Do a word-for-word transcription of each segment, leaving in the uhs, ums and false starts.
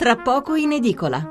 tra poco in edicola.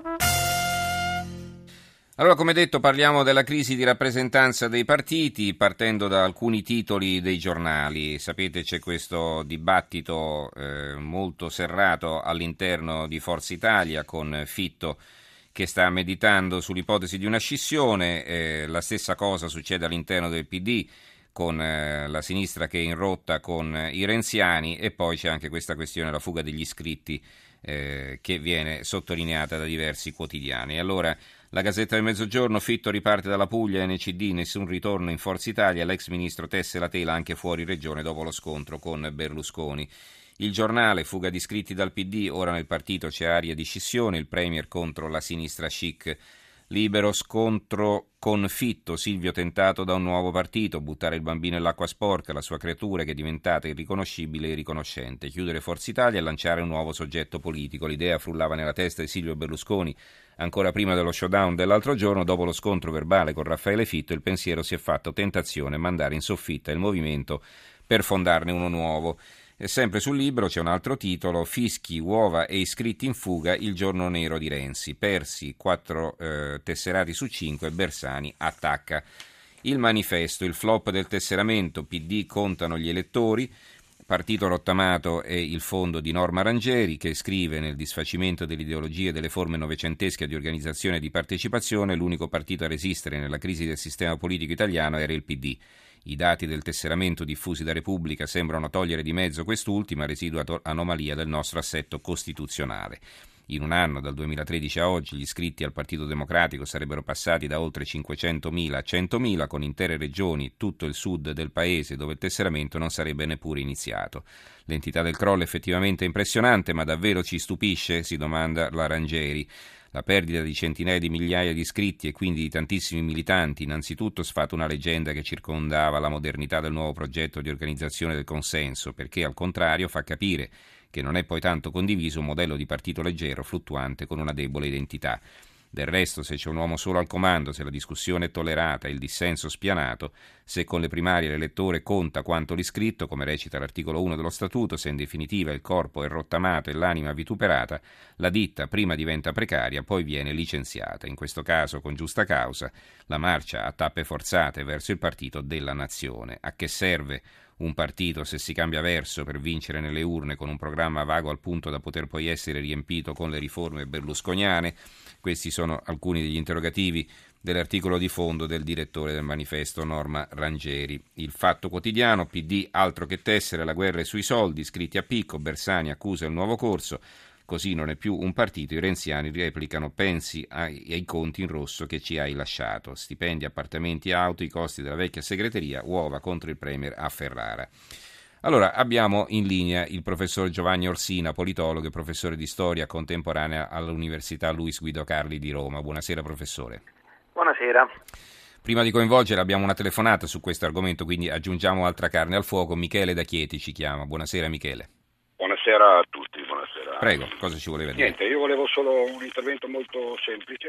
Allora, come detto, parliamo della crisi di rappresentanza dei partiti, partendo da alcuni titoli dei giornali. Sapete, c'è questo dibattito eh, molto serrato all'interno di Forza Italia, con Fitto che sta meditando sull'ipotesi di una scissione. Eh, la stessa cosa succede all'interno del P D, con eh, la sinistra che è in rotta con eh, i renziani, e poi c'è anche questa questione, la fuga degli iscritti, eh, che viene sottolineata da diversi quotidiani. Allora, la Gazzetta del Mezzogiorno: Fitto riparte dalla Puglia, N C D, nessun ritorno in Forza Italia, l'ex ministro tesse la tela anche fuori regione dopo lo scontro con Berlusconi. Il Giornale: fuga di iscritti dal P D, ora nel partito c'è aria di scissione, il Premier contro la sinistra chic. Libero: scontro con Fitto, Silvio tentato da un nuovo partito, buttare il bambino nell'acqua sporca, la sua creatura che è diventata irriconoscibile e irriconoscente, chiudere Forza Italia e lanciare un nuovo soggetto politico. L'idea frullava nella testa di Silvio Berlusconi ancora prima dello showdown dell'altro giorno. Dopo lo scontro verbale con Raffaele Fitto, il pensiero si è fatto tentazione, mandare in soffitta il movimento per fondarne uno nuovo. E sempre sul Libro c'è un altro titolo: fischi, uova e iscritti in fuga, il giorno nero di Renzi, persi quattro eh, tesserati su cinque, Bersani attacca. Il Manifesto: il flop del tesseramento, P D contano gli elettori, partito rottamato è il fondo di Norma Rangeri, che scrive: nel disfacimento delle ideologie e delle forme novecentesche di organizzazione e di partecipazione, l'unico partito a resistere nella crisi del sistema politico italiano era il P D. I dati del tesseramento diffusi da Repubblica sembrano togliere di mezzo quest'ultima residua anomalia del nostro assetto costituzionale. In un anno, dal duemilatredici a oggi, gli iscritti al Partito Democratico sarebbero passati da oltre cinquecentomila a centomila, con intere regioni, tutto il sud del paese, dove il tesseramento non sarebbe neppure iniziato. L'entità del crollo è effettivamente impressionante, ma davvero ci stupisce? Si domanda la Rangeri. La perdita di centinaia di migliaia di iscritti e quindi di tantissimi militanti innanzitutto sfata una leggenda che circondava la modernità del nuovo progetto di organizzazione del consenso, perché al contrario fa capire che non è poi tanto condiviso un modello di partito leggero, fluttuante, con una debole identità. Del resto, se c'è un uomo solo al comando, se la discussione è tollerata e il dissenso spianato, se con le primarie l'elettore conta quanto l'iscritto, come recita l'articolo uno dello Statuto, se in definitiva il corpo è rottamato e l'anima vituperata, la ditta prima diventa precaria, poi viene licenziata. In questo caso, con giusta causa, la marcia a tappe forzate verso il partito della nazione. A che serve un partito se si cambia verso per vincere nelle urne con un programma vago al punto da poter poi essere riempito con le riforme berlusconiane? Questi sono alcuni degli interrogativi dell'articolo di fondo del direttore del Manifesto, Norma Rangeri. Il Fatto Quotidiano: P D altro che tessere, la guerra è sui soldi, iscritti a picco, Bersani accusa il nuovo corso, così non è più un partito, i renziani replicano: pensi ai, ai conti in rosso che ci hai lasciato, stipendi, appartamenti, auto, i costi della vecchia segreteria, uova contro il Premier a Ferrara. Allora, abbiamo in linea il professor Giovanni Orsina, politologo e professore di storia contemporanea all'Università Luis Guido Carli di Roma. Buonasera, professore. Buonasera. Prima di coinvolgere, abbiamo una telefonata su questo argomento, quindi aggiungiamo altra carne al fuoco. Michele da Chieti ci chiama. Buonasera, Michele. Buonasera a tutti, buonasera. Prego, cosa ci voleva dire? Niente, io volevo solo un intervento molto semplice.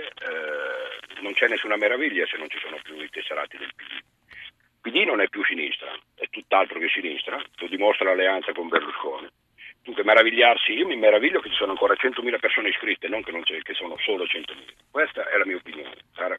Eh, non c'è nessuna meraviglia se non ci sono più i tesserati del P D. Il P D non è più sinistra, è tutt'altro che sinistra, lo dimostra l'alleanza con Berlusconi. Dunque meravigliarsi, io mi meraviglio che ci sono ancora centomila persone iscritte, non che, non c'è, che sono solo centomila. Questa è la mia opinione.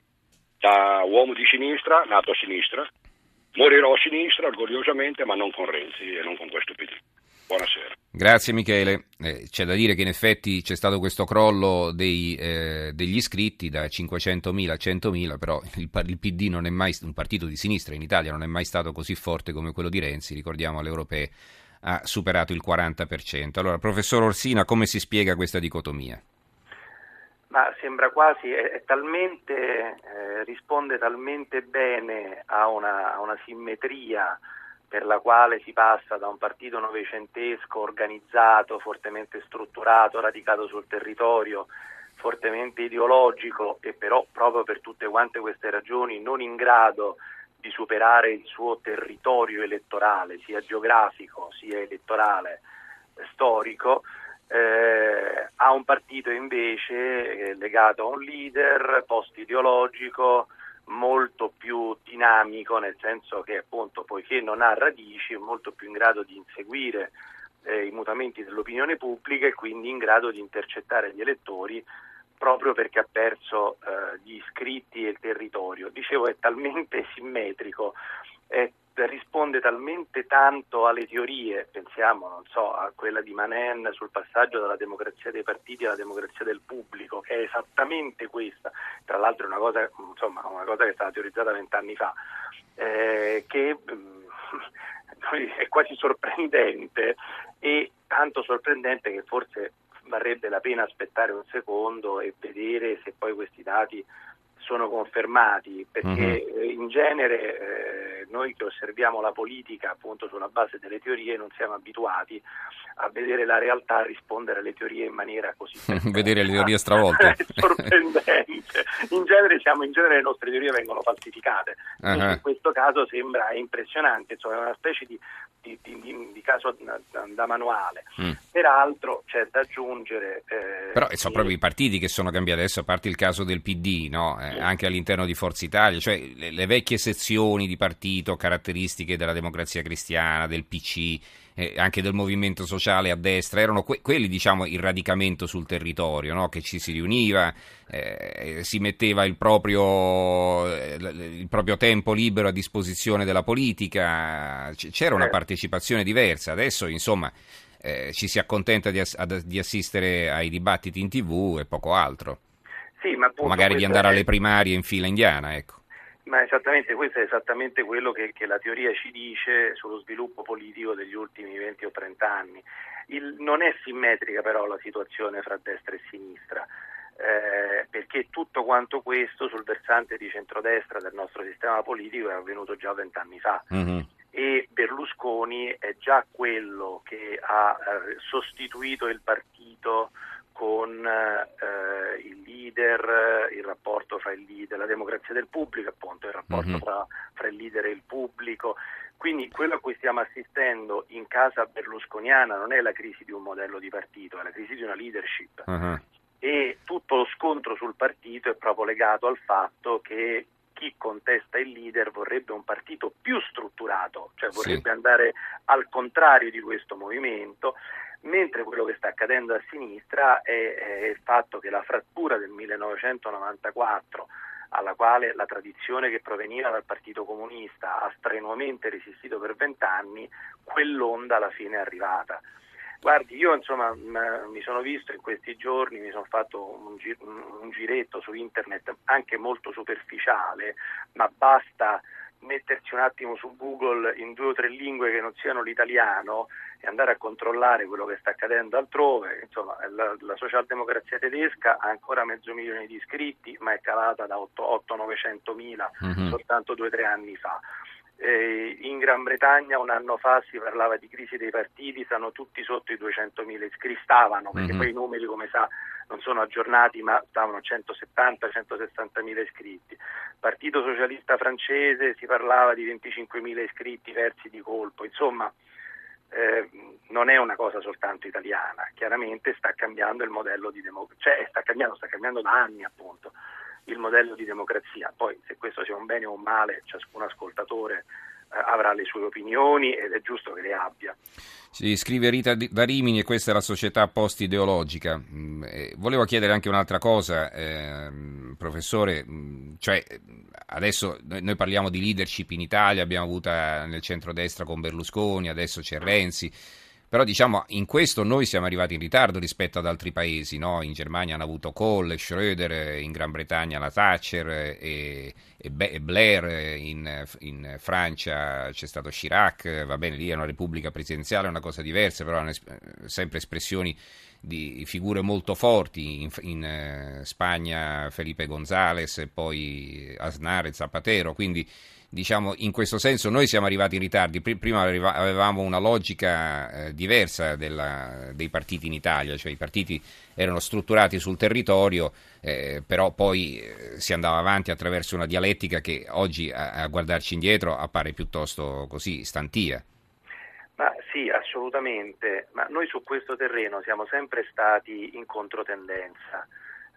Da uomo di sinistra, nato a sinistra, morirò a sinistra orgogliosamente, ma non con Renzi e non con questo P D. Buonasera. Grazie Michele. Eh, c'è da dire che in effetti c'è stato questo crollo dei, eh, degli iscritti da cinquecentomila a centomila, però il, il P D non è mai un partito di sinistra in Italia, non è mai stato così forte come quello di Renzi, ricordiamo alle europee ha superato il quaranta per cento. Allora, professor Orsina, come si spiega questa dicotomia? Ma sembra quasi, è, è talmente, eh, risponde talmente bene a una, a una simmetria per la quale si passa da un partito novecentesco, organizzato, fortemente strutturato, radicato sul territorio, fortemente ideologico e però proprio per tutte quante queste ragioni non in grado di superare il suo territorio elettorale, sia geografico sia elettorale, storico, eh, a un partito invece eh, legato a un leader post-ideologico, molto più dinamico, nel senso che appunto poiché non ha radici è molto più in grado di inseguire eh, i mutamenti dell'opinione pubblica e quindi in grado di intercettare gli elettori proprio perché ha perso eh, gli iscritti e il territorio. Dicevo, è talmente simmetrico, è, risponde talmente tanto alle teorie, pensiamo, non so, a quella di Manen sul passaggio dalla democrazia dei partiti alla democrazia del pubblico, che è esattamente questa, tra l'altro è una cosa, insomma, una cosa che è stata teorizzata vent'anni fa, eh, che mh, è quasi sorprendente, e tanto sorprendente che forse varrebbe la pena aspettare un secondo e vedere se poi questi dati sono confermati, perché mm-hmm. in genere eh, noi che osserviamo la politica appunto sulla base delle teorie non siamo abituati a vedere la realtà rispondere alle teorie in maniera così vedere le teorie stravolte. È sorprendente. In genere siamo in genere le nostre teorie vengono falsificate. Uh-huh. In questo caso sembra impressionante, insomma è una specie di Di, di, di caso da, da manuale. Mm. Peraltro c'è da aggiungere eh, però sono che... proprio i partiti che sono cambiati adesso, a parte il caso del P D, no? eh, sì. Anche all'interno di Forza Italia, cioè le, le vecchie sezioni di partito caratteristiche della Democrazia Cristiana, del P C, eh, anche del Movimento Sociale a destra, erano que- quelli, diciamo, il radicamento sul territorio, no? Che ci si riuniva, eh, si metteva il proprio, eh, il proprio tempo libero a disposizione della politica, C- c'era una partecipazione diversa. Adesso, insomma, eh, ci si accontenta di, ass- ad- di assistere ai dibattiti in tivù e poco altro. Sì, ma appunto, o magari di andare è... alle primarie in fila indiana, ecco. Ma esattamente, questo è esattamente quello che, che la teoria ci dice sullo sviluppo politico degli ultimi venti o trenta anni. Il, non è simmetrica però la situazione fra destra e sinistra, eh, perché tutto quanto questo sul versante di centrodestra del nostro sistema politico è avvenuto già vent'anni fa. Mm-hmm. E Berlusconi è già quello che ha eh, sostituito il partito con eh, il leader, il rapporto fra il leader, la democrazia del pubblico, appunto, il rapporto mm-hmm. fra, fra il leader e il pubblico. Quindi quello a cui stiamo assistendo in casa berlusconiana non è la crisi di un modello di partito, è la crisi di una leadership. Uh-huh. E tutto lo scontro sul partito è proprio legato al fatto che chi contesta il leader vorrebbe un partito più strutturato, cioè vorrebbe sì. andare al contrario di questo movimento, mentre quello che sta accadendo a sinistra è, è il fatto che la frattura del millenovecentonovantaquattro, alla quale la tradizione che proveniva dal Partito Comunista ha strenuamente resistito per vent'anni, quell'onda alla fine è arrivata. Guardi, io insomma m- mi sono visto in questi giorni, mi sono fatto un, gi- un giretto su internet anche molto superficiale, ma basta mettersi un attimo su Google in due o tre lingue che non siano l'italiano e andare a controllare quello che sta accadendo altrove. Insomma, la, la socialdemocrazia tedesca ha ancora mezzo milione di iscritti, ma è calata da otto novecentomila mm-hmm. soltanto due o tre anni fa. Eh, in Gran Bretagna un anno fa si parlava di crisi dei partiti, stanno tutti sotto i duecentomila iscritti, stavano, perché mm-hmm. poi i numeri, come sa, non sono aggiornati, ma stavano a centosettanta centosessantamila iscritti. Partito Socialista francese si parlava di venticinquemila iscritti persi di colpo. Insomma, eh, non è una cosa soltanto italiana, chiaramente sta cambiando il modello di democrazia, cioè sta cambiando, sta cambiando da anni appunto il modello di democrazia. Poi se questo sia un bene o un male, ciascun ascoltatore eh, avrà le sue opinioni ed è giusto che le abbia. Si scrive Rita da Rimini, e questa è la società post-ideologica. Mm, eh, volevo chiedere anche un'altra cosa, eh, professore, mm, cioè adesso noi, noi parliamo di leadership in Italia, abbiamo avuta nel centrodestra con Berlusconi, adesso c'è Renzi. Però diciamo in questo noi siamo arrivati in ritardo rispetto ad altri paesi, no? In Germania hanno avuto Kohl e Schröder, in Gran Bretagna la Thatcher e, e, Be- e Blair, in, in Francia c'è stato Chirac, va bene, lì è una repubblica presidenziale, è una cosa diversa, però hanno es- sempre espressioni di figure molto forti, in, in eh, Spagna Felipe González e poi Aznar e Zapatero, quindi diciamo in questo senso noi siamo arrivati in ritardo. Prima avevamo una logica eh, diversa della, dei partiti in Italia, cioè i partiti erano strutturati sul territorio, eh, però poi eh, si andava avanti attraverso una dialettica che oggi a, a guardarci indietro appare piuttosto così stantia. Ma sì, assolutamente, ma noi su questo terreno siamo sempre stati in controtendenza.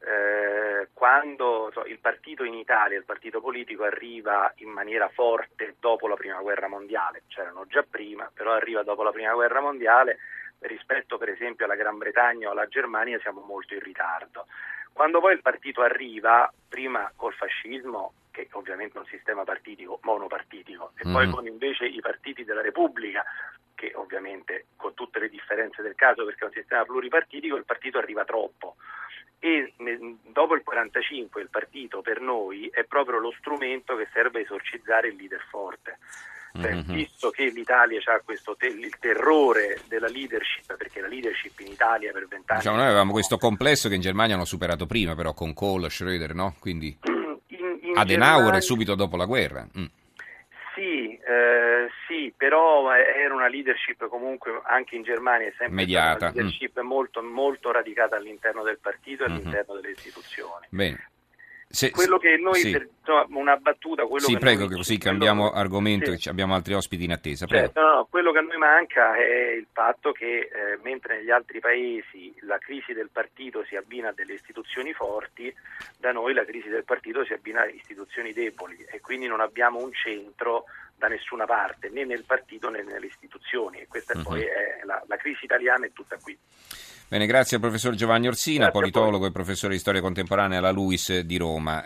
Eh, quando so, il partito in Italia, il partito politico arriva in maniera forte dopo la prima guerra mondiale, c'erano già prima, però arriva dopo la prima guerra mondiale rispetto per esempio alla Gran Bretagna o alla Germania siamo molto in ritardo. Quando poi il partito arriva, prima col fascismo, che ovviamente è un sistema partitico, monopartitico, e mm. poi con invece i partiti della Repubblica, che ovviamente con tutte le differenze del caso perché è un sistema pluripartitico, il partito arriva troppo. E dopo il quarantacinque il partito per noi è proprio lo strumento che serve a esorcizzare il leader forte. Cioè, mm-hmm. Visto che l'Italia ha questo te- il terrore della leadership, perché la leadership in Italia per vent'anni... Diciamo, noi avevamo questo complesso che in Germania hanno superato prima, però con Kohl, Schröder, no? Quindi in, in Adenauer Germania... subito dopo la guerra. Mm. Sì, eh, sì, però era una leadership comunque anche in Germania è sempre mediata, una leadership mm. molto, molto radicata all'interno del partito e mm-hmm. all'interno delle istituzioni. Bene. Se, quello che noi, sì. per, una battuta, quello sì, che prego, noi, che così cambiamo quello, argomento, sì. che abbiamo altri ospiti in attesa. Prego. Certo, no, no, quello che a noi manca è il fatto che eh, mentre negli altri paesi la crisi del partito si abbina a delle istituzioni forti, da noi la crisi del partito si abbina a istituzioni deboli e quindi non abbiamo un centro da nessuna parte, né nel partito né nelle istituzioni, e questa uh-huh. poi è la, la crisi italiana è tutta qui. Bene, grazie al professor Giovanni Orsina, Grazie politologo e professore di storia contemporanea alla LUISS di Roma.